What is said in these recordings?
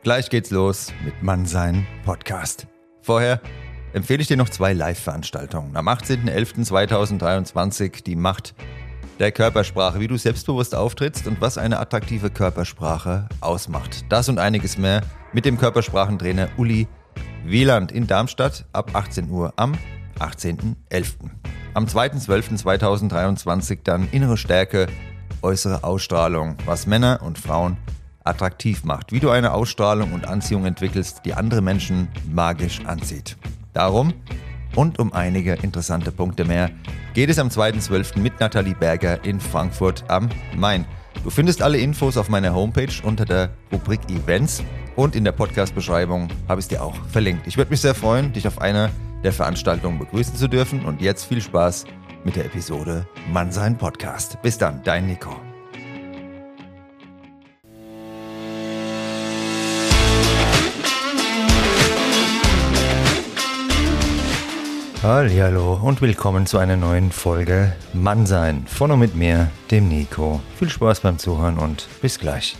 Gleich geht's los mit Mannsein Podcast. Vorher empfehle ich dir noch 2 Live-Veranstaltungen. Am 18.11.2023 die Macht der Körpersprache, wie du selbstbewusst auftrittst und was eine attraktive Körpersprache ausmacht. Das und einiges mehr mit dem Körpersprachentrainer Uli Wieland in Darmstadt ab 18 Uhr am 18.11. Am 2.12.2023 dann innere Stärke, äußere Ausstrahlung, was Männer und Frauen attraktiv macht, wie du eine Ausstrahlung und Anziehung entwickelst, die andere Menschen magisch anzieht. Darum und um einige interessante Punkte mehr geht es am 2.12. mit Nathalie Berger in Frankfurt am Main. Du findest alle Infos auf meiner Homepage unter der Rubrik Events und in der Podcast-Beschreibung habe ich es dir auch verlinkt. Ich würde mich sehr freuen, dich auf einer der Veranstaltungen begrüßen zu dürfen und jetzt viel Spaß mit der Episode Mannsein Podcast. Bis dann, dein Nico. Hallihallo und willkommen zu einer neuen Folge Mannsein von und mit mir, dem Nico. Viel Spaß beim Zuhören und bis gleich.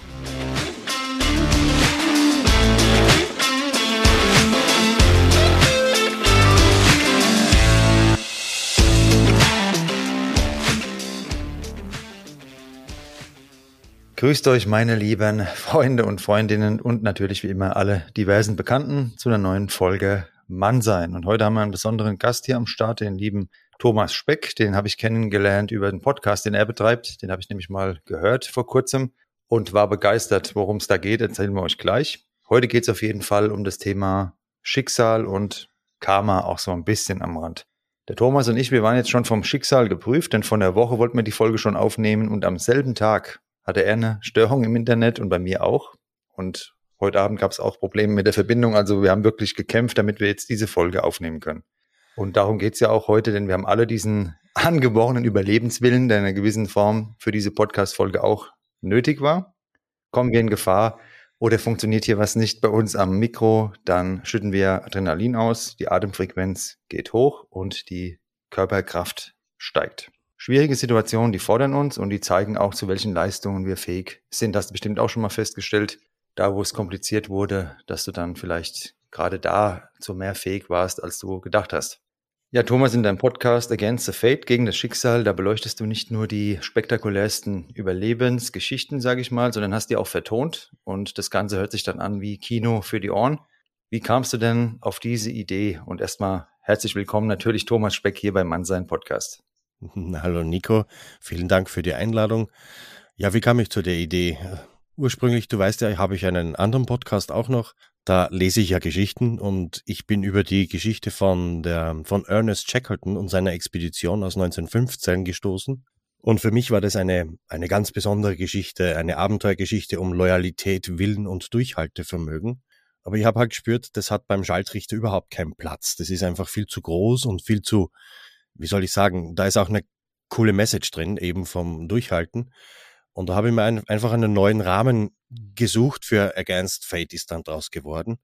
Grüßt euch meine lieben Freunde und Freundinnen und natürlich wie immer alle diversen Bekannten zu einer neuen Folge Mannsein. Und heute haben wir einen besonderen Gast hier am Start, den lieben Thomas Speck. Den habe ich kennengelernt über den Podcast, den er betreibt. Den habe ich nämlich mal gehört vor kurzem und war begeistert, worum es da geht. Erzählen wir euch gleich. Heute geht es auf jeden Fall um das Thema Schicksal und Karma, auch so ein bisschen am Rand. Der Thomas und ich, wir waren jetzt schon vom Schicksal geprüft, denn vor einer Woche wollten wir die Folge schon aufnehmen und am selben Tag hatte er eine Störung im Internet und bei mir auch. Und heute Abend gab es auch Probleme mit der Verbindung. Also wir haben wirklich gekämpft, damit wir jetzt diese Folge aufnehmen können. Und darum geht es ja auch heute, denn wir haben alle diesen angeborenen Überlebenswillen, der in einer gewissen Form für diese Podcast-Folge auch nötig war. Kommen wir in Gefahr oder funktioniert hier was nicht bei uns am Mikro, dann schütten wir Adrenalin aus, die Atemfrequenz geht hoch und die Körperkraft steigt. Schwierige Situationen, die fordern uns und die zeigen auch, zu welchen Leistungen wir fähig sind. Hast du bestimmt auch schon mal festgestellt, da wo es kompliziert wurde, dass du dann vielleicht gerade da zu mehr fähig warst, als du gedacht hast. Ja, Thomas, in deinem Podcast Against the Fate, gegen das Schicksal, da beleuchtest du nicht nur die spektakulärsten Überlebensgeschichten, sage ich mal, sondern hast die auch vertont und das Ganze hört sich dann an wie Kino für die Ohren. Wie kamst du denn auf diese Idee? Und erstmal herzlich willkommen natürlich Thomas Speck hier beim Mannsein Podcast. Hallo Nico, vielen Dank für die Einladung. Ja, wie kam ich zu der Idee? Ursprünglich, du weißt ja, habe ich einen anderen Podcast auch noch. Da lese ich ja Geschichten und ich bin über die Geschichte von Ernest Shackleton und seiner Expedition aus 1915 gestoßen. Und für mich war das eine ganz besondere Geschichte, eine Abenteuergeschichte um Loyalität, Willen und Durchhaltevermögen. Aber ich habe halt gespürt, das hat beim Schaltrichter überhaupt keinen Platz. Das ist einfach viel zu groß und viel zu, wie soll ich sagen, da ist auch eine coole Message drin, eben vom Durchhalten. Und da habe ich mir einfach einen neuen Rahmen gesucht für Against Fate ist dann draus geworden.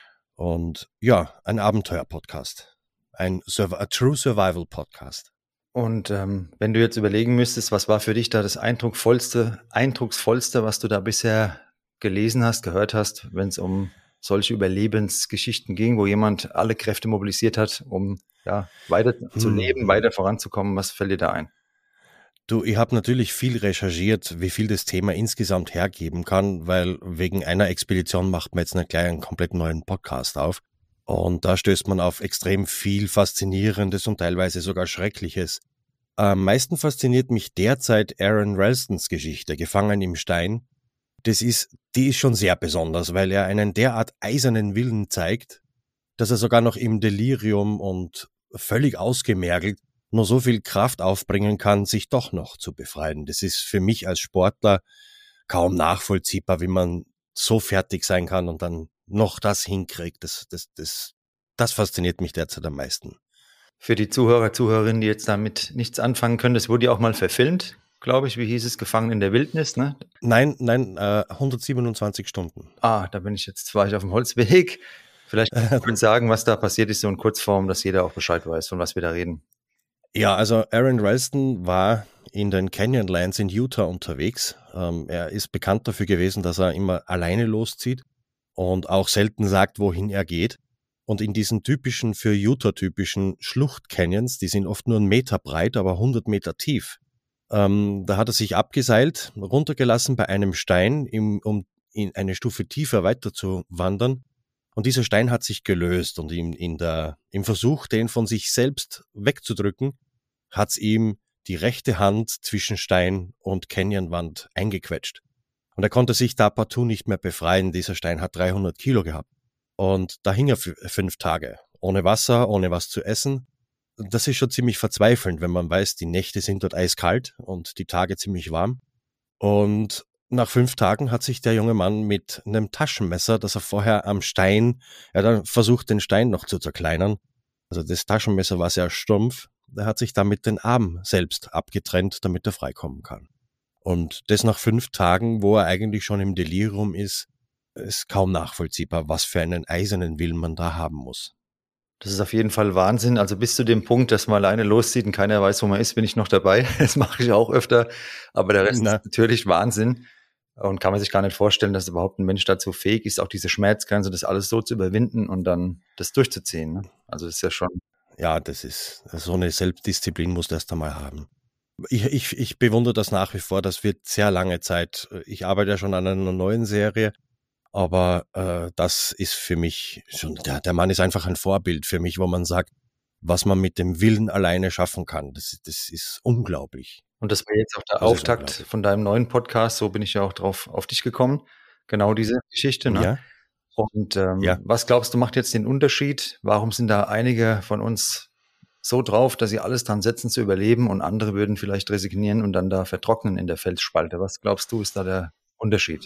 Und ja, ein Abenteuer-Podcast. A True Survival Podcast. Und wenn du jetzt überlegen müsstest, was war für dich da das eindrucksvollste, was du da bisher gelesen hast, gehört hast, wenn es um solche Überlebensgeschichten ging, wo jemand alle Kräfte mobilisiert hat, um weiter zu leben, weiter voranzukommen, was fällt dir da ein? Du, ich habe natürlich viel recherchiert, wie viel das Thema insgesamt hergeben kann, weil wegen einer Expedition macht man jetzt nicht gleich einen komplett neuen Podcast auf. Und da stößt man auf extrem viel Faszinierendes und teilweise sogar Schreckliches. Am meisten fasziniert mich derzeit Aron Ralstons Geschichte, Gefangen im Stein. Die ist schon sehr besonders, weil er einen derart eisernen Willen zeigt, dass er sogar noch im Delirium und völlig ausgemergelt nur so viel Kraft aufbringen kann, sich doch noch zu befreien. Das ist für mich als Sportler kaum nachvollziehbar, wie man so fertig sein kann und dann noch das hinkriegt. Das fasziniert mich derzeit am meisten. Für die Zuhörerinnen, die jetzt damit nichts anfangen können, das wurde ja auch mal verfilmt, glaube ich. Wie hieß es? Gefangen in der Wildnis, ne? Nein, 127 Stunden. Da war ich auf dem Holzweg. Vielleicht kannst du sagen, was da passiert ist, so in Kurzform, dass jeder auch Bescheid weiß, von was wir da reden. Ja, also Aron Ralston war in den Canyonlands in Utah unterwegs. Er ist bekannt dafür gewesen, dass er immer alleine loszieht. und auch selten sagt, wohin er geht. Und in diesen typischen, für Utah typischen Schluchtcanyons, die sind oft nur 1 Meter breit, aber 100 Meter tief. Da hat er sich abgeseilt, runtergelassen bei einem Stein, um in eine Stufe tiefer weiter zu wandern. Und dieser Stein hat sich gelöst und im Versuch, den von sich selbst wegzudrücken, hat's ihm die rechte Hand zwischen Stein und Canyonwand eingequetscht. Und er konnte sich da partout nicht mehr befreien. Dieser Stein hat 300 Kilo gehabt. Und da hing er 5 Tage. Ohne Wasser, ohne was zu essen. Das ist schon ziemlich verzweifelnd, wenn man weiß, die Nächte sind dort eiskalt und die Tage ziemlich warm. Und nach 5 Tagen hat sich der junge Mann mit einem Taschenmesser, das er vorher am Stein, er hat dann versucht, den Stein noch zu zerkleinern. Also das Taschenmesser war sehr stumpf. Er hat sich damit den Arm selbst abgetrennt, damit er freikommen kann. Und das nach 5 Tagen, wo er eigentlich schon im Delirium ist kaum nachvollziehbar, was für einen eisernen Willen man da haben muss. Das ist auf jeden Fall Wahnsinn. Also bis zu dem Punkt, dass man alleine loszieht und keiner weiß, wo man ist, bin ich noch dabei. Das mache ich auch öfter. Aber der Rest ist natürlich Wahnsinn. Und kann man sich gar nicht vorstellen, dass überhaupt ein Mensch dazu fähig ist, auch diese Schmerzgrenze, das alles so zu überwinden und dann das durchzuziehen. Ne? Also das ist ja schon... Ja, das ist so eine Selbstdisziplin muss das erst einmal haben. Ich bewundere das nach wie vor. Das wird sehr lange Zeit. Ich arbeite ja schon an einer neuen Serie. Aber das ist für mich schon, der Mann ist einfach ein Vorbild für mich, wo man sagt, was man mit dem Willen alleine schaffen kann. Das ist unglaublich. Und das war jetzt auch der Auftakt von deinem neuen Podcast, so bin ich ja auch drauf auf dich gekommen. Genau diese Geschichte. Ne? Ja. Und was glaubst du, macht jetzt den Unterschied? Warum sind da einige von uns so drauf, dass sie alles dran setzen zu überleben und andere würden vielleicht resignieren und dann da vertrocknen in der Felsspalte? Was glaubst du, ist da der Unterschied?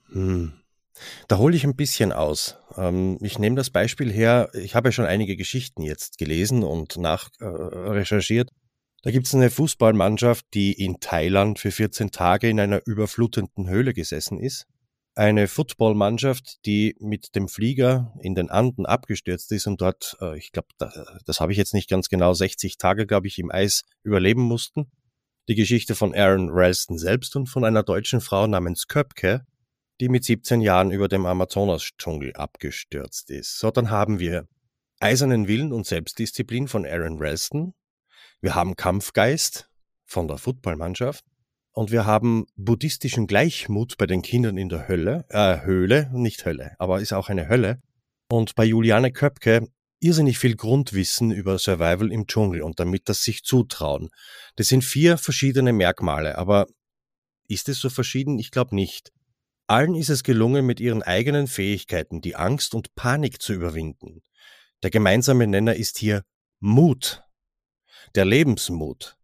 Da hole ich ein bisschen aus. Ich nehme das Beispiel her, ich habe ja schon einige Geschichten jetzt gelesen und recherchiert. Da gibt es eine Fußballmannschaft, die in Thailand für 14 Tage in einer überflutenden Höhle gesessen ist. Eine Footballmannschaft, die mit dem Flieger in den Anden abgestürzt ist und dort, ich glaube, das habe ich jetzt nicht ganz genau, 60 Tage, glaube ich, im Eis überleben mussten. Die Geschichte von Aron Ralston selbst und von einer deutschen Frau namens Köpke, die mit 17 Jahren über dem Amazonas-Dschungel abgestürzt ist. So, dann haben wir eisernen Willen und Selbstdisziplin von Aron Ralston. Wir haben Kampfgeist von der Footballmannschaft. Und wir haben buddhistischen Gleichmut bei den Kindern in der Höhle, nicht Hölle, aber ist auch eine Hölle. Und bei Juliane Köpke irrsinnig viel Grundwissen über Survival im Dschungel und damit das sich zutrauen. Das sind 4 verschiedene Merkmale, aber ist es so verschieden? Ich glaube nicht. Allen ist es gelungen, mit ihren eigenen Fähigkeiten die Angst und Panik zu überwinden. Der gemeinsame Nenner ist hier Mut, der Lebensmut,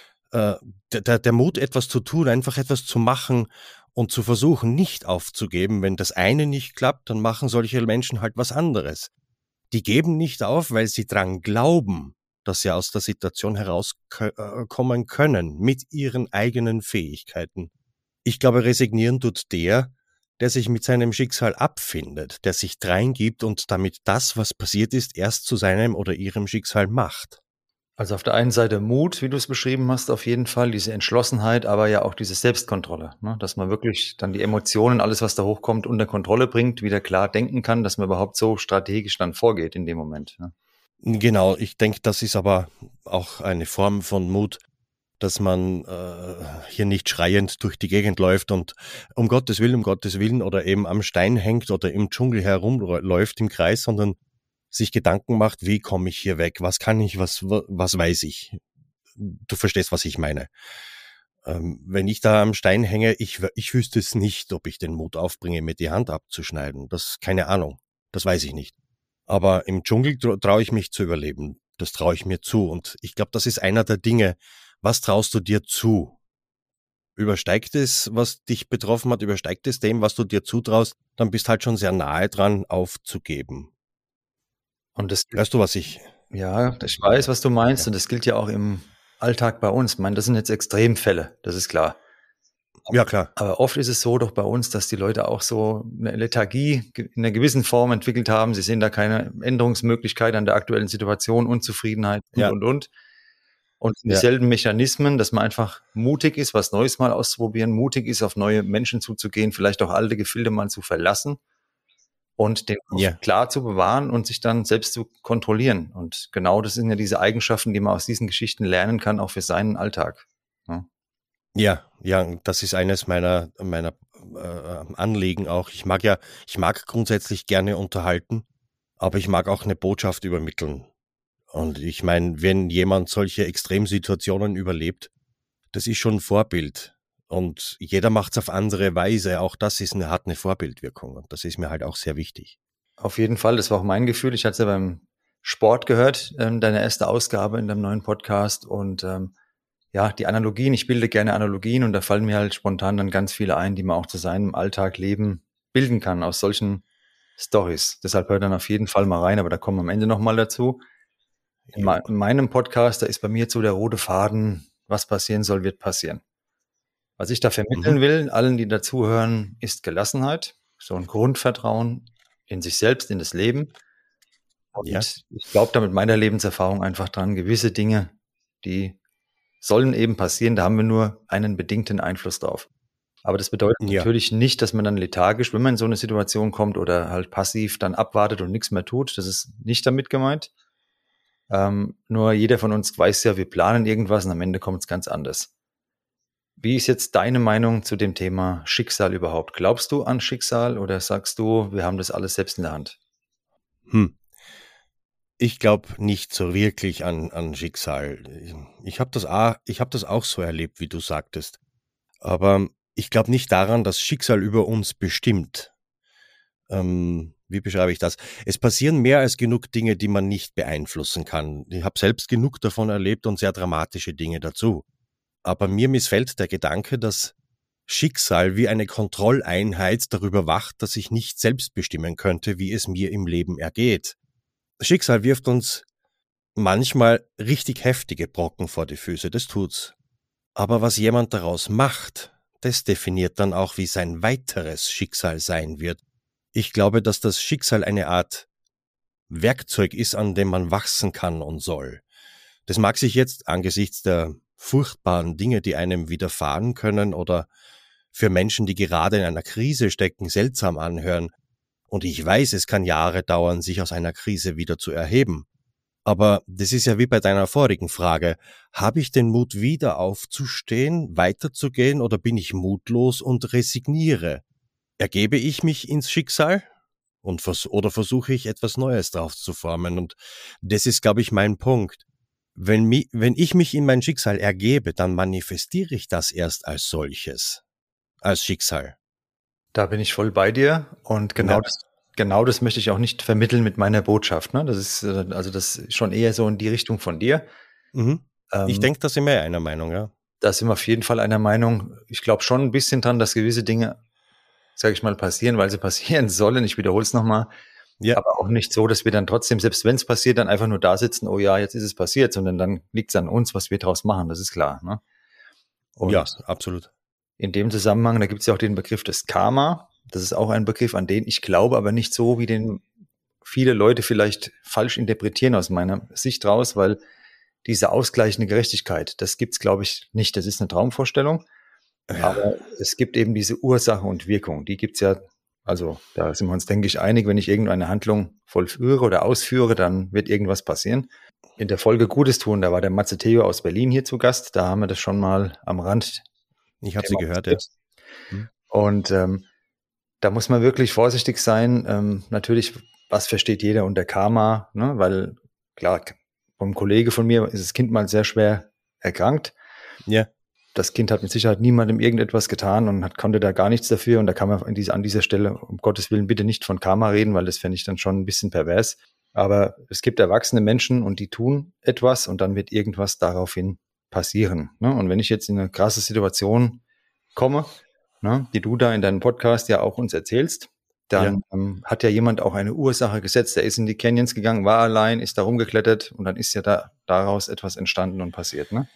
der Mut, etwas zu tun, einfach etwas zu machen und zu versuchen, nicht aufzugeben. Wenn das eine nicht klappt, dann machen solche Menschen halt was anderes. Die geben nicht auf, weil sie dran glauben, dass sie aus der Situation herauskommen können mit ihren eigenen Fähigkeiten. Ich glaube, resignieren tut der sich mit seinem Schicksal abfindet, der sich dreingibt und damit das, was passiert ist, erst zu seinem oder ihrem Schicksal macht. Also auf der einen Seite Mut, wie du es beschrieben hast, auf jeden Fall, diese Entschlossenheit, aber ja auch diese Selbstkontrolle, ne? Dass man wirklich dann die Emotionen, alles, was da hochkommt, unter Kontrolle bringt, wieder klar denken kann, dass man überhaupt so strategisch dann vorgeht in dem Moment. Ne? Genau, ich denke, das ist aber auch eine Form von Mut, dass man hier nicht schreiend durch die Gegend läuft und um Gottes Willen oder eben am Stein hängt oder im Dschungel herumläuft im Kreis, sondern sich Gedanken macht, wie komme ich hier weg, was kann ich, was weiß ich. Du verstehst, was ich meine. Wenn ich da am Stein hänge, ich wüsste es nicht, ob ich den Mut aufbringe, mir die Hand abzuschneiden. Das keine Ahnung, das weiß ich nicht. Aber im Dschungel traue ich mich zu überleben. Das traue ich mir zu. Und ich glaube, das ist einer der Dinge. Was traust du dir zu? Übersteigt es, was dich betroffen hat, übersteigt es dem, was du dir zutraust, dann bist halt schon sehr nahe dran, aufzugeben. Und das weißt du, was ich... Ja, ich weiß, was du meinst. Ja. Und das gilt ja auch im Alltag bei uns. Ich meine, das sind jetzt Extremfälle, das ist klar. Ja, klar. Aber oft ist es so doch bei uns, dass die Leute auch so eine Lethargie in einer gewissen Form entwickelt haben. Sie sehen da keine Änderungsmöglichkeit an der aktuellen Situation, Unzufriedenheit und. Und dieselben Mechanismen, dass man einfach mutig ist, was Neues mal auszuprobieren, mutig ist, auf neue Menschen zuzugehen, vielleicht auch alte Gefilde mal zu verlassen. und den Kopf klar zu bewahren und sich dann selbst zu kontrollieren. Und genau das sind ja diese Eigenschaften, die man aus diesen Geschichten lernen kann, auch für seinen Alltag. Ja, das ist eines meiner Anliegen auch. Ich mag grundsätzlich gerne unterhalten, aber ich mag auch eine Botschaft übermitteln. Und ich meine, wenn jemand solche Extremsituationen überlebt, das ist schon ein Vorbild. Und jeder macht's auf andere Weise. Auch das hat eine Vorbildwirkung. Und das ist mir halt auch sehr wichtig. Auf jeden Fall, das war auch mein Gefühl. Ich hatte es ja beim Sport gehört, deine erste Ausgabe in deinem neuen Podcast. Und die Analogien, ich bilde gerne Analogien und da fallen mir halt spontan dann ganz viele ein, die man auch zu seinem Alltag, Leben bilden kann aus solchen Stories. Deshalb hört dann auf jeden Fall mal rein, aber da kommen wir am Ende nochmal dazu. In meinem Podcast, da ist bei mir jetzt so der rote Faden, was passieren soll, wird passieren. Was ich da vermitteln will, allen, die dazuhören, ist Gelassenheit, so ein Grundvertrauen in sich selbst, in das Leben. Und ich glaube da mit meiner Lebenserfahrung einfach dran, gewisse Dinge, die sollen eben passieren, da haben wir nur einen bedingten Einfluss drauf. Aber das bedeutet natürlich nicht, dass man dann lethargisch, wenn man in so eine Situation kommt oder halt passiv dann abwartet und nichts mehr tut. Das ist nicht damit gemeint. Nur jeder von uns weiß ja, wir planen irgendwas und am Ende kommt es ganz anders. Wie ist jetzt deine Meinung zu dem Thema Schicksal überhaupt? Glaubst du an Schicksal oder sagst du, wir haben das alles selbst in der Hand? Ich glaube nicht so wirklich an Schicksal. Ich habe das auch so erlebt, wie du sagtest. Aber ich glaube nicht daran, dass Schicksal über uns bestimmt. Wie beschreibe ich das? Es passieren mehr als genug Dinge, die man nicht beeinflussen kann. Ich habe selbst genug davon erlebt und sehr dramatische Dinge dazu. Aber mir missfällt der Gedanke, dass Schicksal wie eine Kontrolleinheit darüber wacht, dass ich nicht selbst bestimmen könnte, wie es mir im Leben ergeht. Schicksal wirft uns manchmal richtig heftige Brocken vor die Füße, das tut's. Aber was jemand daraus macht, das definiert dann auch, wie sein weiteres Schicksal sein wird. Ich glaube, dass das Schicksal eine Art Werkzeug ist, an dem man wachsen kann und soll. Das mag sich jetzt angesichts der furchtbaren Dinge, die einem widerfahren können oder für Menschen, die gerade in einer Krise stecken, seltsam anhören. Und ich weiß, es kann Jahre dauern, sich aus einer Krise wieder zu erheben. Aber das ist ja wie bei deiner vorigen Frage. Habe ich den Mut, wieder aufzustehen, weiterzugehen oder bin ich mutlos und resigniere? Ergebe ich mich ins Schicksal? Oder versuche ich etwas Neues drauf zu formen? Und das ist, glaube ich, mein Punkt. Wenn ich mich in mein Schicksal ergebe, dann manifestiere ich das erst als solches, als Schicksal. Da bin ich voll bei dir und genau das möchte ich auch nicht vermitteln mit meiner Botschaft. Ne? Das ist schon eher so in die Richtung von dir. Ich denke, da sind wir einer Meinung, ja. Da sind wir auf jeden Fall einer Meinung. Ich glaube schon ein bisschen dran, dass gewisse Dinge, sage ich mal, passieren, weil sie passieren sollen. Ich wiederhole es nochmal. Ja. Aber auch nicht so, dass wir dann trotzdem, selbst wenn es passiert, dann einfach nur da sitzen, oh ja, jetzt ist es passiert, sondern dann liegt es an uns, was wir daraus machen, das ist klar. Ne? Und ja, absolut. In dem Zusammenhang, da gibt es ja auch den Begriff des Karma. Das ist auch ein Begriff, an den ich glaube, aber nicht so, wie den viele Leute vielleicht falsch interpretieren aus meiner Sicht raus, weil diese ausgleichende Gerechtigkeit, das gibt's, glaube ich, nicht. Das ist eine Traumvorstellung. Ja. Aber es gibt eben diese Ursache und Wirkung. Die gibt's ja, also da sind wir uns, denke ich, einig, wenn ich irgendeine Handlung vollführe oder ausführe, dann wird irgendwas passieren. In der Folge Gutes tun, da war der Matze Theo aus Berlin hier zu Gast. Da haben wir das schon mal am Rand. Ich habe sie gehört, ja. Und da muss man wirklich vorsichtig sein. Natürlich, was versteht jeder unter Karma? Ne? Weil, klar, vom Kollege von mir ist das Kind mal sehr schwer erkrankt. Ja. Das Kind hat mit Sicherheit niemandem irgendetwas getan und konnte da gar nichts dafür. Und da kann man an dieser Stelle, um Gottes Willen, bitte nicht von Karma reden, weil das fände ich dann schon ein bisschen pervers. Aber es gibt erwachsene Menschen und die tun etwas und dann wird irgendwas daraufhin passieren. Ne? Und wenn ich jetzt in eine krasse Situation komme, ne, die du da in deinem Podcast ja auch uns erzählst, dann hat ja jemand auch eine Ursache gesetzt. Der ist in die Canyons gegangen, war allein, ist da rumgeklettert und dann ist ja daraus etwas entstanden und passiert. Ne?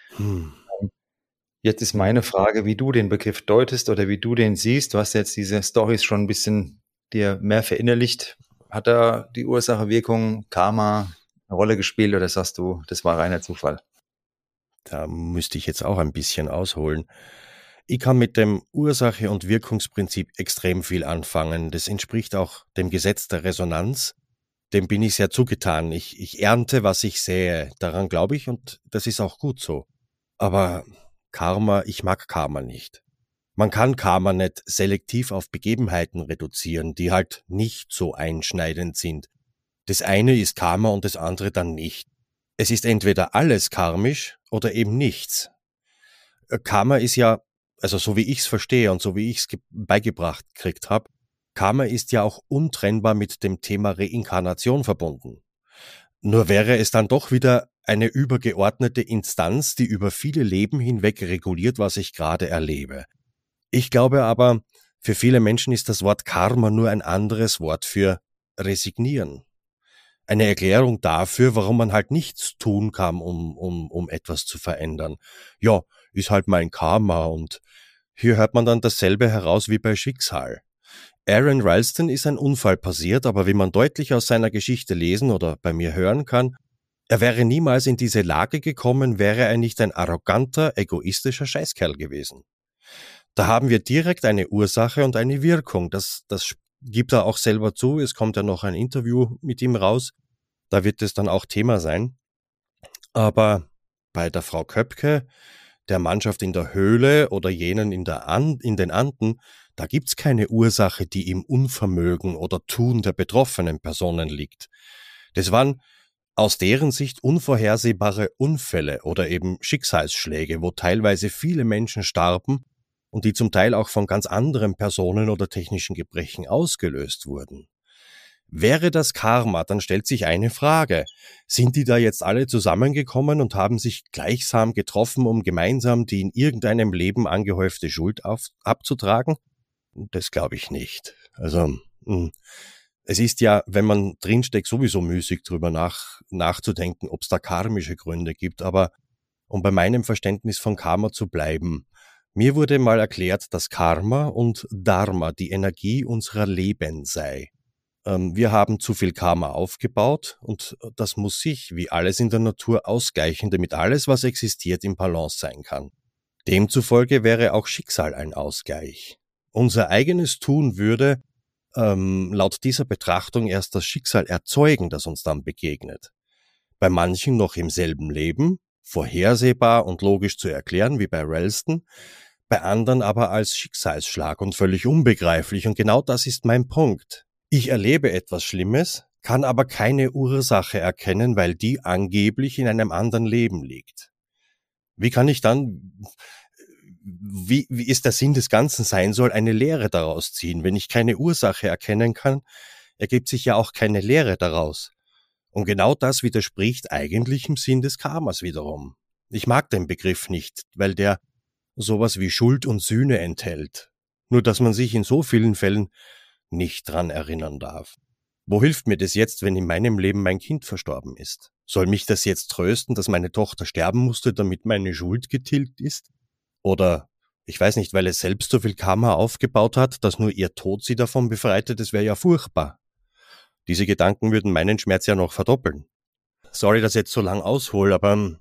Jetzt ist meine Frage, wie du den Begriff deutest oder wie du den siehst. Du hast jetzt diese Storys schon ein bisschen dir mehr verinnerlicht. Hat da die Ursache, Wirkung, Karma eine Rolle gespielt oder sagst du, das war reiner Zufall? Da müsste ich jetzt auch ein bisschen ausholen. Ich kann mit dem Ursache- und Wirkungsprinzip extrem viel anfangen. Das entspricht auch dem Gesetz der Resonanz. Dem bin ich sehr zugetan. Ich ernte, was ich sähe. Daran glaube ich und das ist auch gut so. Aber Karma, ich mag Karma nicht. Man kann Karma nicht selektiv auf Begebenheiten reduzieren, die halt nicht so einschneidend sind. Das eine ist Karma und das andere dann nicht. Es ist entweder alles karmisch oder eben nichts. Karma ist ja, also so wie ich es verstehe und so wie ich es beigebracht gekriegt habe, Karma ist ja auch untrennbar mit dem Thema Reinkarnation verbunden. Nur wäre es dann doch wieder eine übergeordnete Instanz, die über viele Leben hinweg reguliert, was ich gerade erlebe. Ich glaube aber, für viele Menschen ist das Wort Karma nur ein anderes Wort für resignieren. Eine Erklärung dafür, warum man halt nichts tun kann, um etwas zu verändern. Ja, ist halt mein Karma und hier hört man dann dasselbe heraus wie bei Schicksal. Aaron Ralston ist ein Unfall passiert, aber wie man deutlich aus seiner Geschichte lesen oder bei mir hören kann, er wäre niemals in diese Lage gekommen, wäre er nicht ein arroganter, egoistischer Scheißkerl gewesen. Da haben wir direkt eine Ursache und eine Wirkung. Das gibt er auch selber zu. Es kommt ja noch ein Interview mit ihm raus. Da wird es dann auch Thema sein. Aber bei der Frau Köpke, der Mannschaft in der Höhle oder jenen in den Anden, da gibt's keine Ursache, die im Unvermögen oder Tun der betroffenen Personen liegt. Das waren aus deren Sicht unvorhersehbare Unfälle oder eben Schicksalsschläge, wo teilweise viele Menschen starben und die zum Teil auch von ganz anderen Personen oder technischen Gebrechen ausgelöst wurden. Wäre das Karma, dann stellt sich eine Frage. Sind die da jetzt alle zusammengekommen und haben sich gleichsam getroffen, um gemeinsam die in irgendeinem Leben angehäufte Schuld abzutragen? Das glaube ich nicht. Also, es ist ja, wenn man drinsteckt, sowieso müßig drüber nachzudenken, ob es da karmische Gründe gibt. Aber um bei meinem Verständnis von Karma zu bleiben, mir wurde mal erklärt, dass Karma und Dharma die Energie unserer Leben sei. Wir haben zu viel Karma aufgebaut und das muss sich, wie alles in der Natur, ausgleichen, damit alles, was existiert, im Balance sein kann. Demzufolge wäre auch Schicksal ein Ausgleich. Unser eigenes Tun würde laut dieser Betrachtung erst das Schicksal erzeugen, das uns dann begegnet. Bei manchen noch im selben Leben, vorhersehbar und logisch zu erklären, wie bei Ralston, bei anderen aber als Schicksalsschlag und völlig unbegreiflich. Und genau das ist mein Punkt. Ich erlebe etwas Schlimmes, kann aber keine Ursache erkennen, weil die angeblich in einem anderen Leben liegt. Wie kann ich dann, wie ist der Sinn des Ganzen sein soll, eine Lehre daraus ziehen? Wenn ich keine Ursache erkennen kann, ergibt sich ja auch keine Lehre daraus. Und genau das widerspricht eigentlich im Sinn des Karmas wiederum. Ich mag den Begriff nicht, weil der sowas wie Schuld und Sühne enthält. Nur dass man sich in so vielen Fällen nicht dran erinnern darf. Wo hilft mir das jetzt, wenn in meinem Leben mein Kind verstorben ist? Soll mich das jetzt trösten, dass meine Tochter sterben musste, damit meine Schuld getilgt ist? Oder, ich weiß nicht, weil es selbst so viel Karma aufgebaut hat, dass nur ihr Tod sie davon befreite, das wäre ja furchtbar. Diese Gedanken würden meinen Schmerz ja noch verdoppeln. Sorry, dass ich jetzt so lang aushole, aber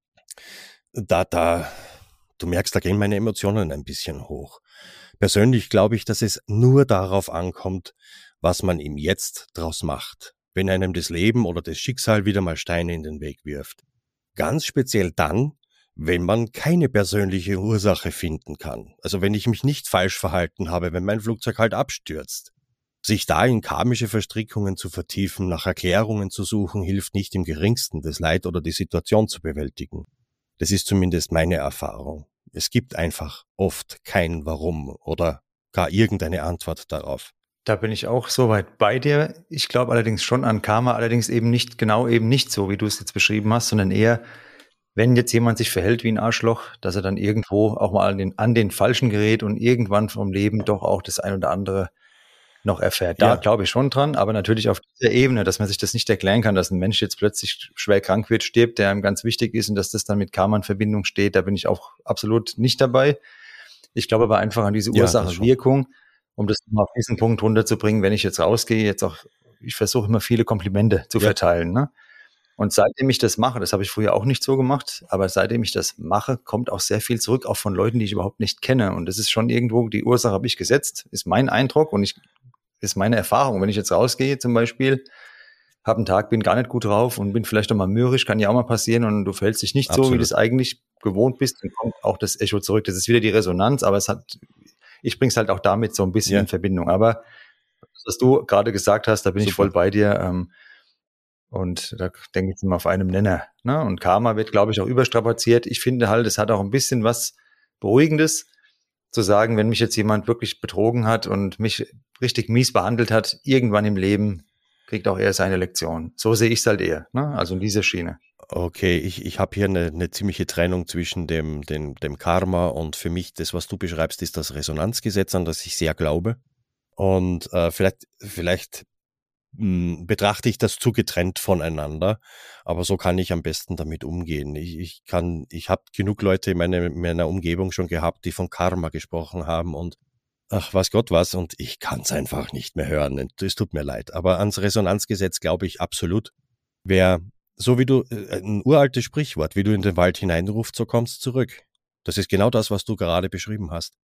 du merkst, da gehen meine Emotionen ein bisschen hoch. Persönlich glaube ich, dass es nur darauf ankommt, was man im Jetzt draus macht, wenn einem das Leben oder das Schicksal wieder mal Steine in den Weg wirft. Ganz speziell dann, wenn man keine persönliche Ursache finden kann. Also wenn ich mich nicht falsch verhalten habe, wenn mein Flugzeug halt abstürzt. Sich da in karmische Verstrickungen zu vertiefen, nach Erklärungen zu suchen, hilft nicht im geringsten, das Leid oder die Situation zu bewältigen. Das ist zumindest meine Erfahrung. Es gibt einfach oft kein Warum oder gar irgendeine Antwort darauf. Da bin ich auch soweit bei dir. Ich glaube allerdings schon an Karma, allerdings eben nicht so, wie du es jetzt beschrieben hast, sondern eher, wenn jetzt jemand sich verhält wie ein Arschloch, dass er dann irgendwo auch mal an den Falschen gerät und irgendwann vom Leben doch auch das ein oder andere noch erfährt. Da glaube ich schon dran, aber natürlich auf dieser Ebene, dass man sich das nicht erklären kann, dass ein Mensch jetzt plötzlich schwer krank wird, stirbt, der einem ganz wichtig ist und dass das dann mit Karma in Verbindung steht, da bin ich auch absolut nicht dabei. Ich glaube aber einfach an diese Ursache-Wirkung, um das mal auf diesen Punkt runterzubringen, wenn ich jetzt rausgehe, ich versuche immer viele Komplimente zu verteilen, ne? Und seitdem ich das mache, das habe ich früher auch nicht so gemacht, aber seitdem ich das mache, kommt auch sehr viel zurück, auch von Leuten, die ich überhaupt nicht kenne. Und das ist schon irgendwo, die Ursache habe ich gesetzt, ist mein Eindruck und ist meine Erfahrung. Wenn ich jetzt rausgehe zum Beispiel, habe einen Tag, bin gar nicht gut drauf und bin vielleicht auch mal mürrisch, kann ja auch mal passieren und du verhältst dich nicht so, wie du Absolut. es eigentlich gewohnt bist, dann kommt auch das Echo zurück. Das ist wieder die Resonanz, aber ich bringe es halt auch damit so ein bisschen in Verbindung. Aber was du gerade gesagt hast, da bin ich voll bei dir. Und da denke ich immer auf einem Nenner. Ne? Und Karma wird, glaube ich, auch überstrapaziert. Ich finde halt, es hat auch ein bisschen was Beruhigendes, zu sagen, wenn mich jetzt jemand wirklich betrogen hat und mich richtig mies behandelt hat, irgendwann im Leben kriegt auch er seine Lektion. So sehe ich es halt eher, ne? Also in dieser Schiene. Okay, ich habe hier eine ziemliche Trennung zwischen dem Karma und für mich das, was du beschreibst, ist das Resonanzgesetz, an das ich sehr glaube. Und vielleicht betrachte ich das zu getrennt voneinander, aber so kann ich am besten damit umgehen. Ich habe genug Leute in meiner Umgebung schon gehabt, die von Karma gesprochen haben und ach, weiß Gott was, und ich kann es einfach nicht mehr hören. Es tut mir leid. Aber ans Resonanzgesetz glaube ich absolut. Wer, so wie du, ein uraltes Sprichwort, wie du in den Wald hineinrufst, so kommst zurück. Das ist genau das, was du gerade beschrieben hast.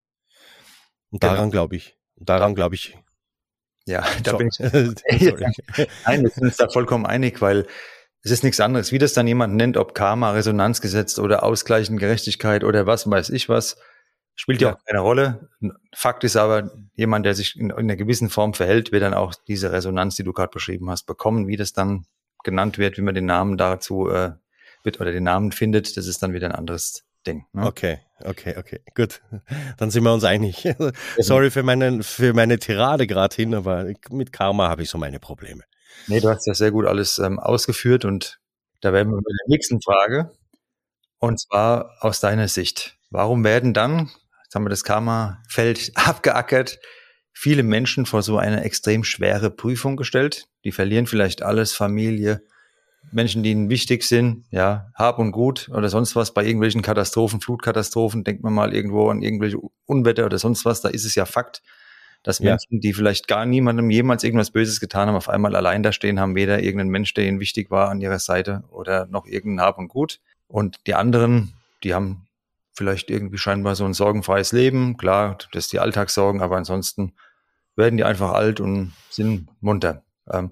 Und Genau. daran glaube ich. Daran glaube ich. Ja, da bin ich. Sorry. Nein, wir sind uns da vollkommen einig, weil es ist nichts anderes. Wie das dann jemand nennt, ob Karma, Resonanzgesetz oder ausgleichende Gerechtigkeit oder was weiß ich was, spielt ja auch keine Rolle. Fakt ist aber, jemand, der sich in einer gewissen Form verhält, wird dann auch diese Resonanz, die du gerade beschrieben hast, bekommen. Wie das dann genannt wird, wie man den Namen dazu wird oder den Namen findet, das ist dann wieder ein anderes Ding. Ne? Okay, gut. Dann sind wir uns einig. Sorry für meine Tirade gerade hin, aber mit Karma habe ich so meine Probleme. Nee, du hast ja sehr gut alles ausgeführt und da wären wir bei der nächsten Frage. Und zwar aus deiner Sicht. Warum werden dann, jetzt haben wir das Karma-Feld abgeackert, viele Menschen vor so eine extrem schwere Prüfung gestellt? Die verlieren vielleicht alles, Familie, Menschen, die ihnen wichtig sind, ja, Hab und Gut oder sonst was bei irgendwelchen Katastrophen, Flutkatastrophen, denkt man mal irgendwo an irgendwelche Unwetter oder sonst was, da ist es ja Fakt, dass Menschen, die vielleicht gar niemandem jemals irgendwas Böses getan haben, auf einmal allein da stehen haben, weder irgendein Mensch, der ihnen wichtig war, an ihrer Seite oder noch irgendein Hab und Gut. Und die anderen, die haben vielleicht irgendwie scheinbar so ein sorgenfreies Leben. Klar, das ist die Alltagssorgen, aber ansonsten werden die einfach alt und sind munter.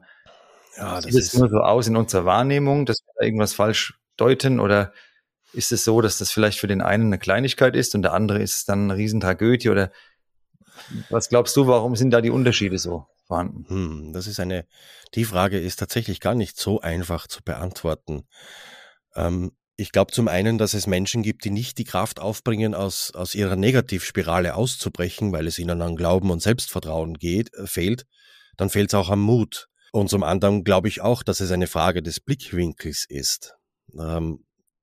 Sieht es nur so aus in unserer Wahrnehmung, dass wir da irgendwas falsch deuten, oder ist es so, dass das vielleicht für den einen eine Kleinigkeit ist und der andere ist es dann eine Riesentragödie, oder was glaubst du, warum sind da die Unterschiede so vorhanden? Die Frage ist tatsächlich gar nicht so einfach zu beantworten. Ich glaube zum einen, dass es Menschen gibt, die nicht die Kraft aufbringen, aus ihrer Negativspirale auszubrechen, weil es ihnen an Glauben und Selbstvertrauen fehlt. Dann fehlt es auch am Mut. Und zum anderen glaube ich auch, dass es eine Frage des Blickwinkels ist. Man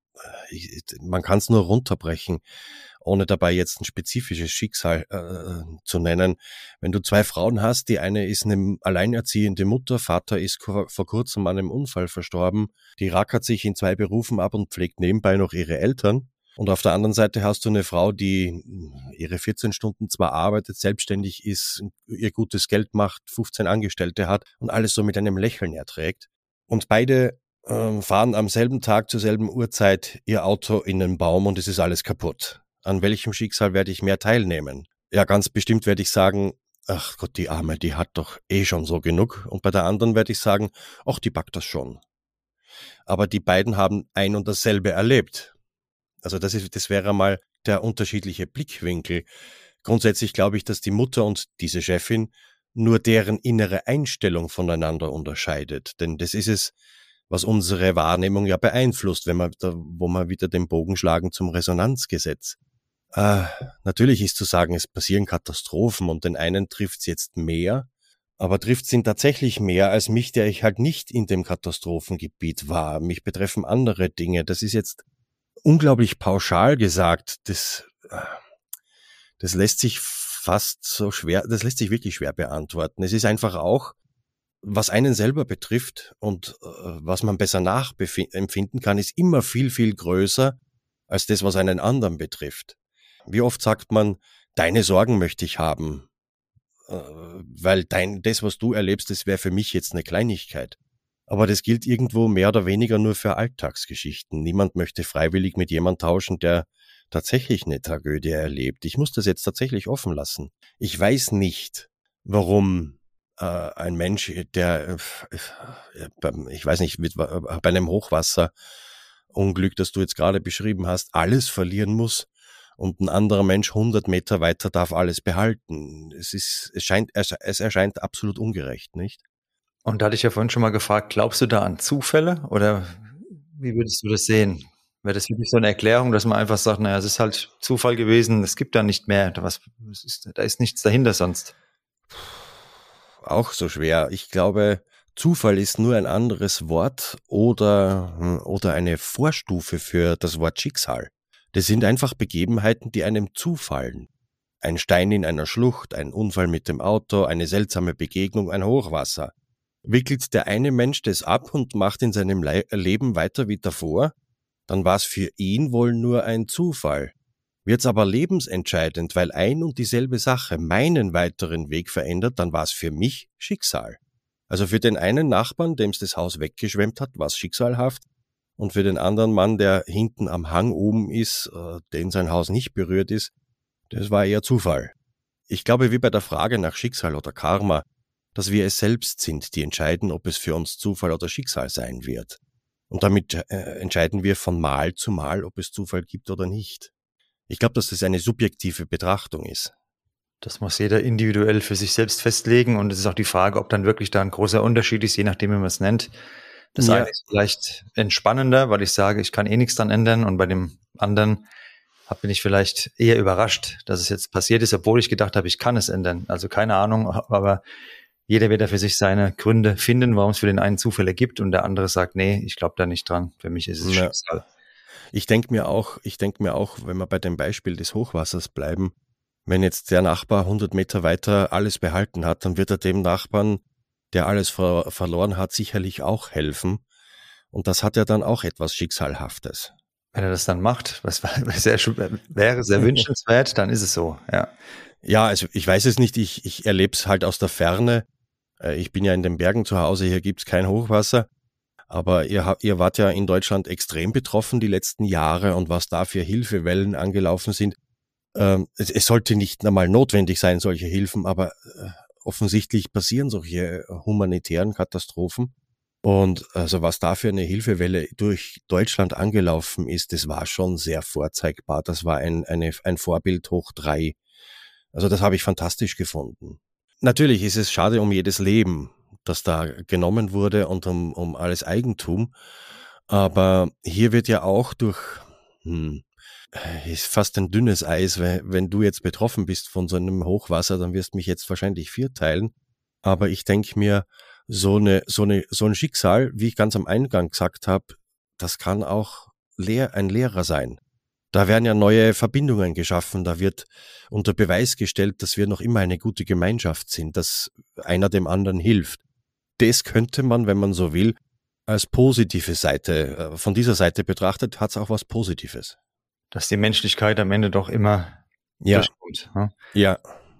kann es nur runterbrechen, ohne dabei jetzt ein spezifisches Schicksal zu nennen. Wenn du zwei Frauen hast, die eine ist eine alleinerziehende Mutter, Vater ist vor kurzem an einem Unfall verstorben, die rackert sich in zwei Berufen ab und pflegt nebenbei noch ihre Eltern. Und auf der anderen Seite hast du eine Frau, die ihre 14 Stunden zwar arbeitet, selbstständig ist, ihr gutes Geld macht, 15 Angestellte hat und alles so mit einem Lächeln erträgt. Und beide fahren am selben Tag zur selben Uhrzeit ihr Auto in den Baum und es ist alles kaputt. An welchem Schicksal werde ich mehr teilnehmen? Ja, ganz bestimmt werde ich sagen, ach Gott, die Arme, die hat doch eh schon so genug. Und bei der anderen werde ich sagen, ach, die packt das schon. Aber die beiden haben ein und dasselbe erlebt. Also das wäre mal der unterschiedliche Blickwinkel. Grundsätzlich glaube ich, dass die Mutter und diese Chefin nur deren innere Einstellung voneinander unterscheidet. Denn das ist es, was unsere Wahrnehmung ja beeinflusst, wo wir wieder den Bogen schlagen zum Resonanzgesetz. Natürlich ist zu sagen, es passieren Katastrophen und den einen trifft's jetzt mehr, aber trifft's ihn tatsächlich mehr als mich, der ich halt nicht in dem Katastrophengebiet war. Mich betreffen andere Dinge. Das ist jetzt unglaublich pauschal gesagt. Das lässt sich das lässt sich wirklich schwer beantworten. Es ist einfach auch, was einen selber betrifft und was man besser nachempfinden kann, ist immer viel, viel größer als das, was einen anderen betrifft. Wie oft sagt man, deine Sorgen möchte ich haben, weil das, was du erlebst, das wäre für mich jetzt eine Kleinigkeit. Aber das gilt irgendwo mehr oder weniger nur für Alltagsgeschichten. Niemand möchte freiwillig mit jemand tauschen, der tatsächlich eine Tragödie erlebt. Ich muss das jetzt tatsächlich offen lassen. Ich weiß nicht, warum ein Mensch, der, ich weiß nicht, bei einem Hochwasserunglück, das du jetzt gerade beschrieben hast, alles verlieren muss und ein anderer Mensch 100 Meter weiter darf alles behalten. Es erscheint absolut ungerecht, nicht? Und da hatte ich ja vorhin schon mal gefragt, glaubst du da an Zufälle oder wie würdest du das sehen? Wäre das wirklich so eine Erklärung, dass man einfach sagt, naja, es ist halt Zufall gewesen, es gibt da nicht mehr, da ist nichts dahinter sonst. Auch so schwer. Ich glaube, Zufall ist nur ein anderes Wort oder eine Vorstufe für das Wort Schicksal. Das sind einfach Begebenheiten, die einem zufallen. Ein Stein in einer Schlucht, ein Unfall mit dem Auto, eine seltsame Begegnung, ein Hochwasser. Wickelt der eine Mensch das ab und macht in seinem Leben weiter wie davor, dann war es für ihn wohl nur ein Zufall. Wird's aber lebensentscheidend, weil ein und dieselbe Sache meinen weiteren Weg verändert, dann war es für mich Schicksal. Also für den einen Nachbarn, dem's das Haus weggeschwemmt hat, war es schicksalhaft, und für den anderen Mann, der hinten am Hang oben ist, den sein Haus nicht berührt ist, das war eher Zufall. Ich glaube, wie bei der Frage nach Schicksal oder Karma, dass wir es selbst sind, die entscheiden, ob es für uns Zufall oder Schicksal sein wird. Und damit entscheiden wir von Mal zu Mal, ob es Zufall gibt oder nicht. Ich glaube, dass das eine subjektive Betrachtung ist. Das muss jeder individuell für sich selbst festlegen und es ist auch die Frage, ob dann wirklich da ein großer Unterschied ist, je nachdem, wie man es nennt. Das eine ist vielleicht entspannender, weil ich sage, ich kann eh nichts dran ändern und bei dem anderen bin ich vielleicht eher überrascht, dass es jetzt passiert ist, obwohl ich gedacht habe, ich kann es ändern. Also keine Ahnung, aber jeder wird da für sich seine Gründe finden, warum es für den einen Zufälle gibt und der andere sagt, nee, ich glaube da nicht dran. Für mich ist es Schicksal. Ich denke mir auch, wenn wir bei dem Beispiel des Hochwassers bleiben, wenn jetzt der Nachbar 100 Meter weiter alles behalten hat, dann wird er dem Nachbarn, der alles verloren hat, sicherlich auch helfen. Und das hat ja dann auch etwas Schicksalhaftes. Wenn er das dann macht, was wäre sehr wünschenswert, dann ist es so, ja. Ja, also ich weiß es nicht, ich erlebe es halt aus der Ferne. Ich bin ja in den Bergen zu Hause, hier gibt's kein Hochwasser. Aber ihr wart ja in Deutschland extrem betroffen die letzten Jahre und was da für Hilfewellen angelaufen sind. Es sollte nicht einmal notwendig sein, solche Hilfen, aber offensichtlich passieren solche humanitären Katastrophen. Und also was da für eine Hilfewelle durch Deutschland angelaufen ist, das war schon sehr vorzeigbar. Das war ein Vorbild hoch 3. Also das habe ich fantastisch gefunden. Natürlich ist es schade um jedes Leben, das da genommen wurde und um alles Eigentum. Aber hier wird ja auch durch, ist fast ein dünnes Eis, wenn du jetzt betroffen bist von so einem Hochwasser, dann wirst du mich jetzt wahrscheinlich vierteilen. Aber ich denke mir, so ein Schicksal, wie ich ganz am Eingang gesagt habe, das kann auch ein Lehrer sein. Da werden ja neue Verbindungen geschaffen, da wird unter Beweis gestellt, dass wir noch immer eine gute Gemeinschaft sind, dass einer dem anderen hilft. Das könnte man, wenn man so will, als positive Seite, von dieser Seite betrachtet, hat es auch was Positives. Dass die Menschlichkeit am Ende doch immer durchkommt. Ne? Ja.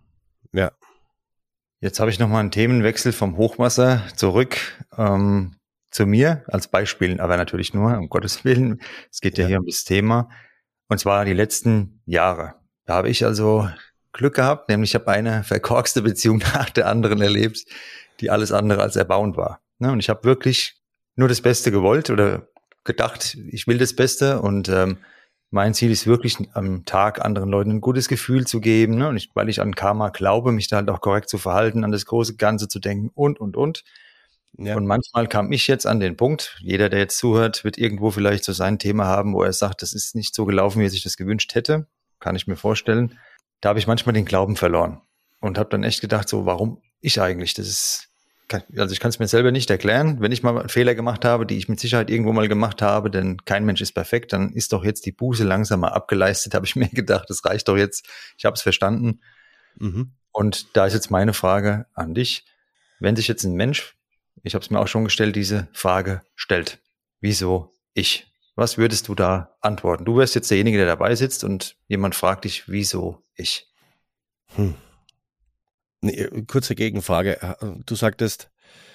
Jetzt habe ich nochmal einen Themenwechsel vom Hochwasser zurück zu mir als Beispiel, aber natürlich nur, um Gottes Willen. Es geht ja hier um das Thema. Und zwar die letzten Jahre. Da habe ich also Glück gehabt, nämlich ich habe eine verkorkste Beziehung nach der anderen erlebt, die alles andere als erbauend war. Und ich habe wirklich nur das Beste gewollt oder gedacht, ich will das Beste und mein Ziel ist wirklich am Tag anderen Leuten ein gutes Gefühl zu geben. Und weil ich an Karma glaube, mich da halt auch korrekt zu verhalten, an das große Ganze zu denken und. Ja. Und manchmal kam ich jetzt an den Punkt, jeder, der jetzt zuhört, wird irgendwo vielleicht so sein Thema haben, wo er sagt, das ist nicht so gelaufen, wie er sich das gewünscht hätte. Kann ich mir vorstellen. Da habe ich manchmal den Glauben verloren und habe dann echt gedacht, so, warum ich eigentlich? Also ich kann es mir selber nicht erklären. Wenn ich mal einen Fehler gemacht habe, die ich mit Sicherheit irgendwo mal gemacht habe, denn kein Mensch ist perfekt, dann ist doch jetzt die Buße langsam mal abgeleistet, habe ich mir gedacht, das reicht doch jetzt. Ich habe es verstanden. Mhm. Und da ist jetzt meine Frage an dich. Wenn sich jetzt ein Mensch, ich habe es mir auch schon gestellt, diese Frage stellt, wieso ich? Was würdest du da antworten? Du wärst jetzt derjenige, der dabei sitzt und jemand fragt dich, wieso ich? Kurze Gegenfrage. Du sagtest,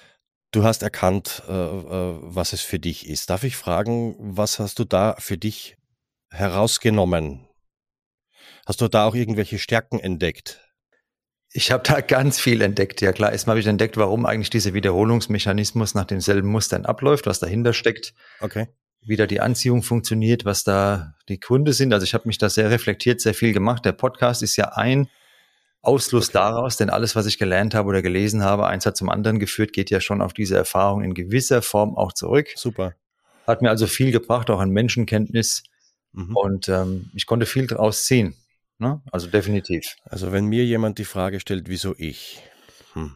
Du hast erkannt, was es für dich ist. Darf ich fragen, was hast du da für dich herausgenommen? Hast du da auch irgendwelche Stärken entdeckt? Ich habe da ganz viel entdeckt. Ja klar, erstmal habe ich entdeckt, warum eigentlich dieser Wiederholungsmechanismus nach denselben Mustern abläuft, was dahinter steckt, Okay. wie da die Anziehung funktioniert, was da die Gründe sind. Also ich habe mich da sehr reflektiert, sehr viel gemacht. Der Podcast ist ja ein Ausfluss Okay. daraus, denn alles, was ich gelernt habe oder gelesen habe, eins hat zum anderen geführt, geht ja schon auf diese Erfahrung in gewisser Form auch zurück. Super. Hat mir also viel gebracht, auch an Menschenkenntnis, Mhm. und ich konnte viel daraus ziehen. Ne? Also definitiv. Also wenn mir jemand die Frage stellt, wieso ich? Hm.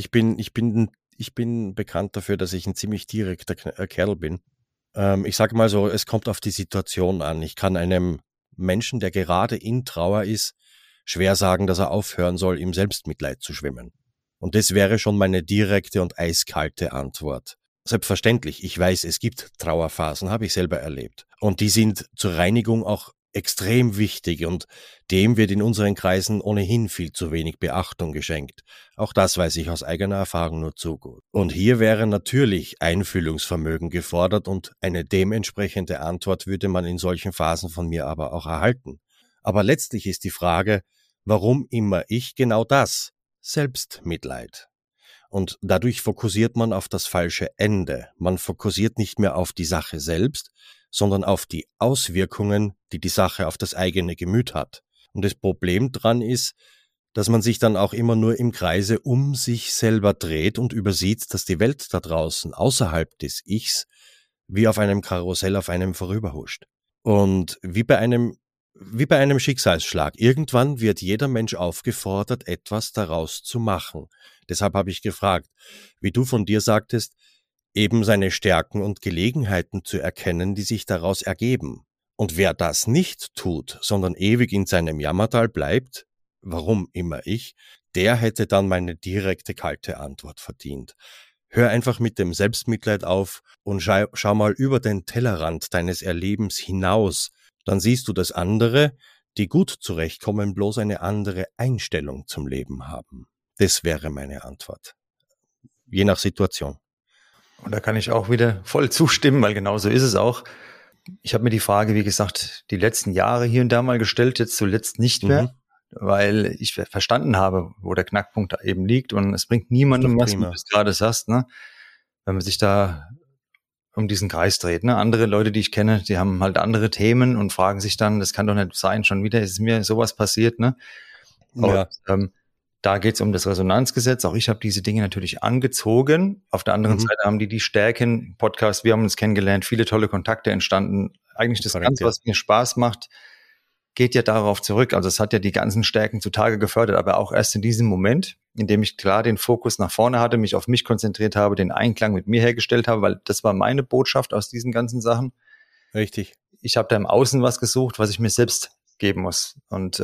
Ich bin bekannt dafür, dass ich ein ziemlich direkter Kerl bin. Ich sage mal so, es kommt auf die Situation an. Ich kann einem Menschen, der gerade in Trauer ist, schwer sagen, dass er aufhören soll, im Selbstmitleid zu schwimmen. Und das wäre schon meine direkte und eiskalte Antwort. Selbstverständlich, ich weiß, es gibt Trauerphasen, habe ich selber erlebt. Und die sind zur Reinigung auch extrem wichtig und dem wird in unseren Kreisen ohnehin viel zu wenig Beachtung geschenkt. Auch das weiß ich aus eigener Erfahrung nur zu gut. Und hier wäre natürlich Einfühlungsvermögen gefordert und eine dementsprechende Antwort würde man in solchen Phasen von mir aber auch erhalten. Aber letztlich ist die Frage, warum immer ich genau das? Selbstmitleid. Und dadurch fokussiert man auf das falsche Ende. Man fokussiert nicht mehr auf die Sache selbst, sondern auf die Auswirkungen, die die Sache auf das eigene Gemüt hat. Und das Problem dran ist, dass man sich dann auch immer nur im Kreise um sich selber dreht und übersieht, dass die Welt da draußen, außerhalb des Ichs, wie auf einem Karussell auf einem vorüberhuscht. Und wie bei einem Schicksalsschlag. Irgendwann wird jeder Mensch aufgefordert, etwas daraus zu machen. Deshalb habe ich gefragt, wie du von dir sagtest, eben seine Stärken und Gelegenheiten zu erkennen, die sich daraus ergeben. Und wer das nicht tut, sondern ewig in seinem Jammertal bleibt, warum immer ich, der hätte dann meine direkte kalte Antwort verdient. Hör einfach mit dem Selbstmitleid auf und schau mal über den Tellerrand deines Erlebens hinaus. Dann siehst du, dass andere, die gut zurechtkommen, bloß eine andere Einstellung zum Leben haben. Das wäre meine Antwort. Je nach Situation. Und da kann ich auch wieder voll zustimmen, weil genau so ist es auch. Ich habe mir die Frage, wie gesagt, die letzten Jahre hier und da mal gestellt, jetzt zuletzt nicht mehr, weil ich verstanden habe, wo der Knackpunkt eben liegt. Und es bringt Ist doch niemandem was, wie du prima. es gerade sagst, ne? Wenn man sich da um diesen Kreis dreht. Ne? Andere Leute, die ich kenne, die haben halt andere Themen und fragen sich dann, das kann doch nicht sein, schon wieder ist mir sowas passiert. Ne? Und Ja. da geht es um das Resonanzgesetz. Auch ich habe diese Dinge natürlich angezogen. Auf der anderen Seite haben die Stärken. Podcast, wir haben uns kennengelernt, viele tolle Kontakte entstanden. Eigentlich das Korrekt, Ganze, ja. was mir Spaß macht, geht ja darauf zurück. Also es hat ja die ganzen Stärken zutage gefördert, aber auch erst in diesem Moment, in dem ich klar den Fokus nach vorne hatte, mich auf mich konzentriert habe, den Einklang mit mir hergestellt habe, weil das war meine Botschaft aus diesen ganzen Sachen. Richtig. Ich habe da im Außen was gesucht, was ich mir selbst geben muss. Und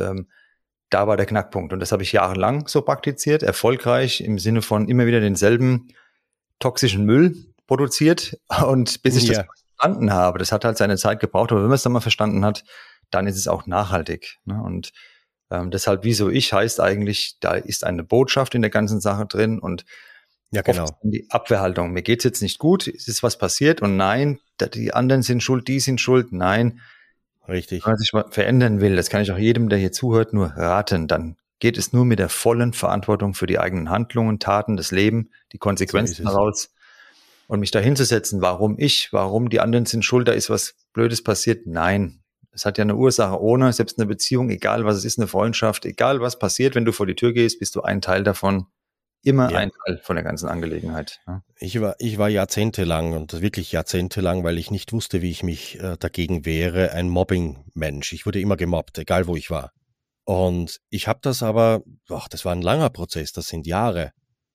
da war der Knackpunkt. Und das habe ich jahrelang so praktiziert, erfolgreich im Sinne von immer wieder denselben toxischen Müll produziert. Und bis ich das Ja, verstanden habe, das hat halt seine Zeit gebraucht, aber wenn man es dann mal verstanden hat, dann ist es auch nachhaltig. Ne? Und deshalb, wieso ich, heißt eigentlich, da ist eine Botschaft in der ganzen Sache drin und ja, oft genau. in die Abwehrhaltung. Mir geht's jetzt nicht gut, es ist was passiert und nein, die anderen sind schuld, die sind schuld. Nein, wenn Richtig. man sich mal verändern will, das kann ich auch jedem, der hier zuhört, nur raten, dann geht es nur mit der vollen Verantwortung für die eigenen Handlungen, Taten, das Leben, die So ist Konsequenzen es. daraus. Und mich da hinzusetzen, warum die anderen sind schuld, da ist was Blödes passiert. Nein, es hat ja eine Ursache ohne, selbst eine Beziehung, egal was es ist, eine Freundschaft, egal was passiert, wenn du vor die Tür gehst, bist du ein Teil davon, immer Ja. ein Teil von der ganzen Angelegenheit. Ja. Ich war jahrzehntelang und wirklich jahrzehntelang, weil ich nicht wusste, wie ich mich dagegen wehre, ein Mobbing-Mensch. Ich wurde immer gemobbt, egal wo ich war. Und ich habe das aber, das war ein langer Prozess, das sind Jahre,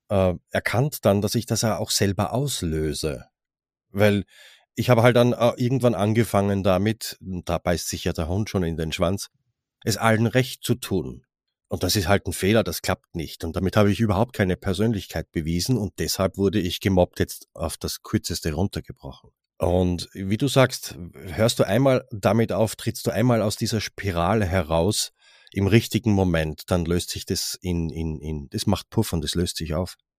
erkannt dann, dass ich das ja auch selber auslöse. Weil ich habe halt dann irgendwann angefangen damit, und da beißt sich ja der Hund schon in den Schwanz, es allen recht zu tun. Und das ist halt ein Fehler, das klappt nicht. Und damit habe ich überhaupt keine Persönlichkeit bewiesen und deshalb wurde ich gemobbt, jetzt auf das Kürzeste runtergebrochen. Und wie du sagst, hörst du einmal damit auf, trittst du einmal aus dieser Spirale heraus im richtigen Moment, dann löst sich das das macht Puff und das löst sich auf.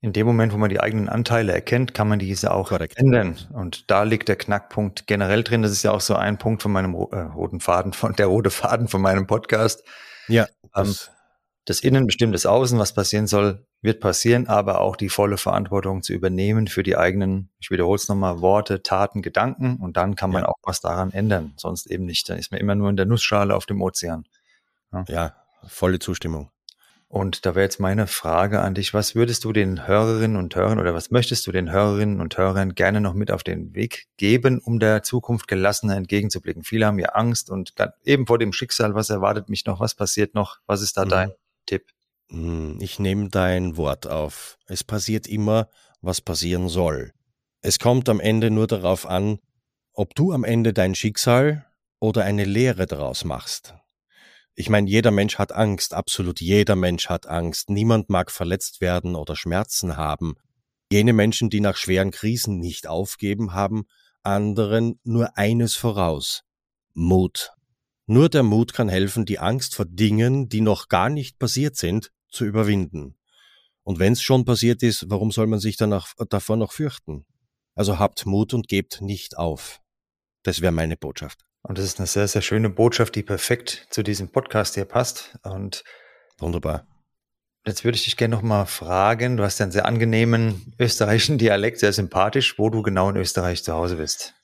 in dem Moment, wo man die eigenen Anteile erkennt, kann man diese auch Korrekt. ändern. Und da liegt der Knackpunkt generell drin. Das ist ja auch so ein Punkt von meinem roten Faden, der rote Faden von meinem Podcast. Ja, Das Innen bestimmt das Außen, was passieren soll, wird passieren, aber auch die volle Verantwortung zu übernehmen für die eigenen, ich wiederhole es nochmal, Worte, Taten, Gedanken, und dann kann man auch was daran ändern, sonst eben nicht. Dann ist man immer nur in der Nussschale auf dem Ozean. Ja, volle Zustimmung. Und da wäre jetzt meine Frage an dich: Was würdest du den Hörerinnen und Hörern oder was möchtest du den Hörerinnen und Hörern gerne noch mit auf den Weg geben, um der Zukunft gelassener entgegenzublicken? Viele haben ja Angst und eben vor dem Schicksal, was erwartet mich noch, was passiert noch, was ist da dein Tipp? Ich nehme dein Wort auf. Es passiert immer, was passieren soll. Es kommt am Ende nur darauf an, ob du am Ende dein Schicksal oder eine Lehre daraus machst. Ich meine, jeder Mensch hat Angst, absolut jeder Mensch hat Angst. Niemand mag verletzt werden oder Schmerzen haben. Jene Menschen, die nach schweren Krisen nicht aufgeben, haben anderen nur eines voraus: Mut. Nur der Mut kann helfen, die Angst vor Dingen, die noch gar nicht passiert sind, zu überwinden. Und wenn es schon passiert ist, warum soll man sich davor noch fürchten? Also habt Mut und gebt nicht auf. Das wäre meine Botschaft. Und das ist eine sehr, sehr schöne Botschaft, die perfekt zu diesem Podcast hier passt. Und wunderbar. Jetzt würde ich dich gerne noch mal fragen, du hast ja einen sehr angenehmen österreichischen Dialekt, sehr sympathisch, wo du genau in Österreich zu Hause bist.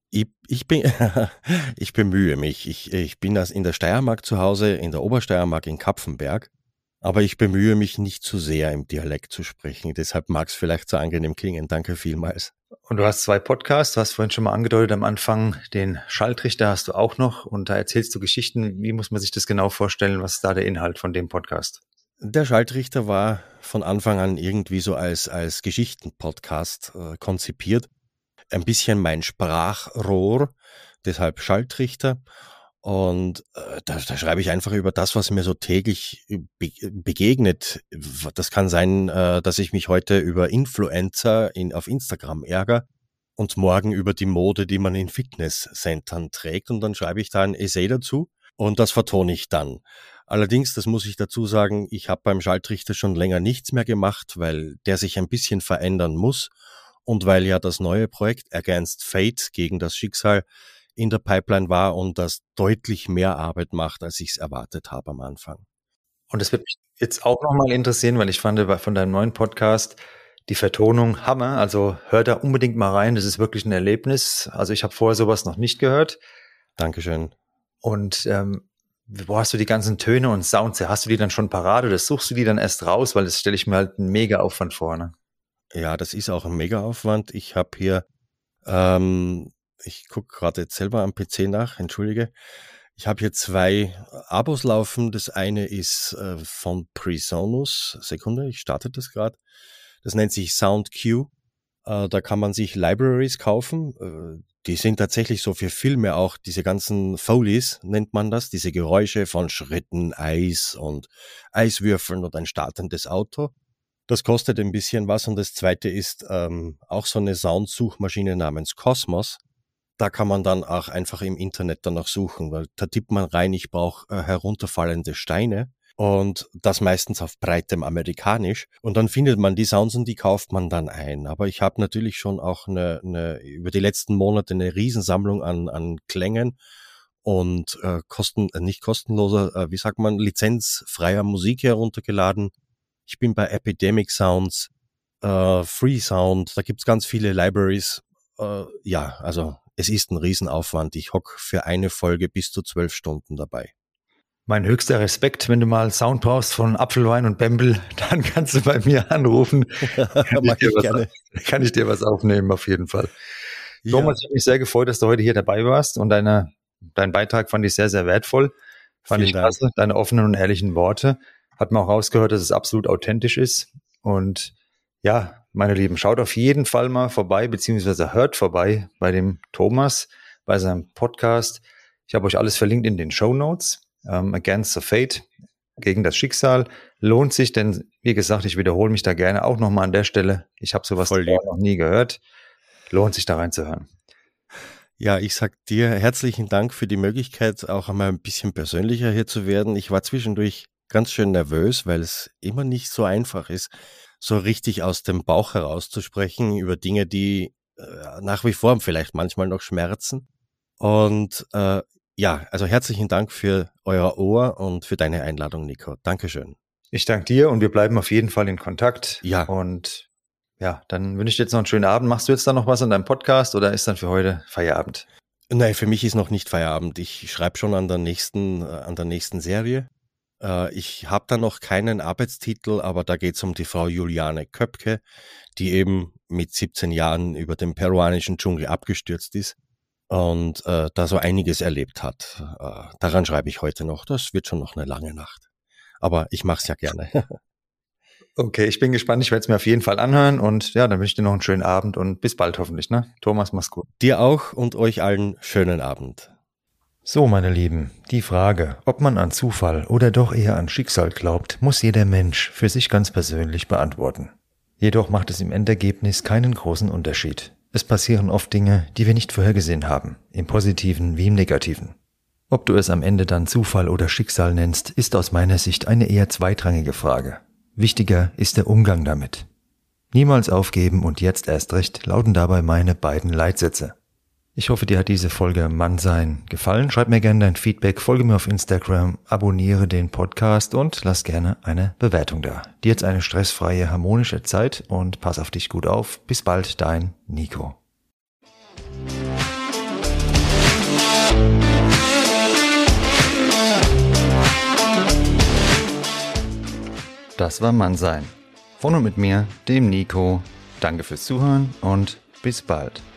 Ich bemühe mich. Ich bin in der Steiermark zu Hause, in der Obersteiermark in Kapfenberg, aber ich bemühe mich nicht zu sehr im Dialekt zu sprechen. Deshalb mag es vielleicht so angenehm klingen. Danke vielmals. Und du hast 2 Podcasts, du hast vorhin schon mal angedeutet am Anfang, den Schalltrichter hast du auch noch und da erzählst du Geschichten. Wie muss man sich das genau vorstellen? Was ist da der Inhalt von dem Podcast? Der Schalltrichter war von Anfang an irgendwie so als Geschichten-Podcast konzipiert. Ein bisschen mein Sprachrohr, deshalb Schalltrichter. Und da schreibe ich einfach über das, was mir so täglich begegnet. Das kann sein, dass ich mich heute über Influencer auf Instagram ärgere und morgen über die Mode, die man in Fitnesscentern trägt. Und dann schreibe ich da ein Essay dazu und das vertone ich dann. Allerdings, das muss ich dazu sagen, ich habe beim Schalltrichter schon länger nichts mehr gemacht, weil der sich ein bisschen verändern muss und weil ja das neue Projekt Against Fate, gegen das Schicksal, in der Pipeline war und das deutlich mehr Arbeit macht, als ich es erwartet habe am Anfang. Und das wird mich jetzt auch nochmal interessieren, weil ich fand von deinem neuen Podcast die Vertonung Hammer. Also hör da unbedingt mal rein, das ist wirklich ein Erlebnis. Also ich habe vorher sowas noch nicht gehört. Dankeschön. Und wo hast du die ganzen Töne und Sounds her? Hast du die dann schon parat oder suchst du die dann erst raus? Weil das stelle ich mir halt einen Mega-Aufwand vor. Ne? Ja, das ist auch ein Mega-Aufwand. Ich habe hier ich gucke gerade jetzt selber am PC nach, entschuldige. Ich habe hier 2 Abos laufen. Das eine ist von Presonus. Sekunde, ich starte das gerade. Das nennt sich SoundQ. Da kann man sich Libraries kaufen. Die sind tatsächlich so für Filme auch, diese ganzen Foleys nennt man das, diese Geräusche von Schritten, Eis und Eiswürfeln und ein startendes Auto. Das kostet ein bisschen was. Und das zweite ist auch so eine Soundsuchmaschine namens Cosmos. Da kann man dann auch einfach im Internet danach suchen, weil da tippt man rein, ich brauche herunterfallende Steine und das meistens auf breitem Amerikanisch und dann findet man die Sounds und die kauft man dann ein. Aber ich habe natürlich schon auch über die letzten Monate eine Riesensammlung an Klängen und nicht kostenloser, lizenzfreier Musik heruntergeladen. Ich bin bei Epidemic Sounds, Free Sound, da gibt's ganz viele Libraries. Also es ist ein Riesenaufwand. Ich hocke für eine Folge bis zu 12 Stunden dabei. Mein höchster Respekt, wenn du mal Sound brauchst von Apfelwein und Bembel, dann kannst du bei mir anrufen. Kann ich dir was aufnehmen, auf jeden Fall. Ja. Thomas, ich habe mich sehr gefreut, dass du heute hier dabei warst und dein Beitrag fand ich sehr, sehr wertvoll. Fand ich klasse, deine offenen und ehrlichen Worte. Hat man auch rausgehört, dass es absolut authentisch ist. Und ja, meine Lieben, schaut auf jeden Fall mal vorbei, beziehungsweise hört vorbei bei dem Thomas, bei seinem Podcast. Ich habe euch alles verlinkt in den Shownotes. Against the Fate, gegen das Schicksal. Lohnt sich, denn wie gesagt, ich wiederhole mich da gerne auch nochmal an der Stelle. Ich habe sowas noch nie gehört. Lohnt sich da reinzuhören. Ja, ich sag dir herzlichen Dank für die Möglichkeit, auch einmal ein bisschen persönlicher hier zu werden. Ich war zwischendurch ganz schön nervös, weil es immer nicht so einfach ist, so richtig aus dem Bauch herauszusprechen über Dinge, die nach wie vor vielleicht manchmal noch schmerzen. Und also herzlichen Dank für euer Ohr und für deine Einladung, Nico. Dankeschön. Ich danke dir und wir bleiben auf jeden Fall in Kontakt. Ja. Und ja, dann wünsche ich dir jetzt noch einen schönen Abend. Machst du jetzt dann noch was an deinem Podcast oder ist dann für heute Feierabend? Nein, für mich ist noch nicht Feierabend. Ich schreibe schon an der nächsten Serie. Ich habe da noch keinen Arbeitstitel, aber da geht es um die Frau Juliane Köpke, die eben mit 17 Jahren über den peruanischen Dschungel abgestürzt ist und da so einiges erlebt hat. Daran schreibe ich heute noch. Das wird schon noch eine lange Nacht. Aber ich mache es ja gerne. Okay, ich bin gespannt. Ich werde es mir auf jeden Fall anhören und ja, dann wünsche ich dir noch einen schönen Abend und bis bald hoffentlich, ne? Thomas, mach's gut. Dir auch und euch allen schönen Abend. So, meine Lieben, die Frage, ob man an Zufall oder doch eher an Schicksal glaubt, muss jeder Mensch für sich ganz persönlich beantworten. Jedoch macht es im Endergebnis keinen großen Unterschied. Es passieren oft Dinge, die wir nicht vorhergesehen haben, im Positiven wie im Negativen. Ob du es am Ende dann Zufall oder Schicksal nennst, ist aus meiner Sicht eine eher zweitrangige Frage. Wichtiger ist der Umgang damit. Niemals aufgeben und jetzt erst recht lauten dabei meine beiden Leitsätze. Ich hoffe, dir hat diese Folge Mannsein gefallen. Schreib mir gerne dein Feedback, folge mir auf Instagram, abonniere den Podcast und lass gerne eine Bewertung da. Dir jetzt eine stressfreie, harmonische Zeit und pass auf dich gut auf. Bis bald, dein Nico. Das war Mannsein. Von und mit mir, dem Nico. Danke fürs Zuhören und bis bald.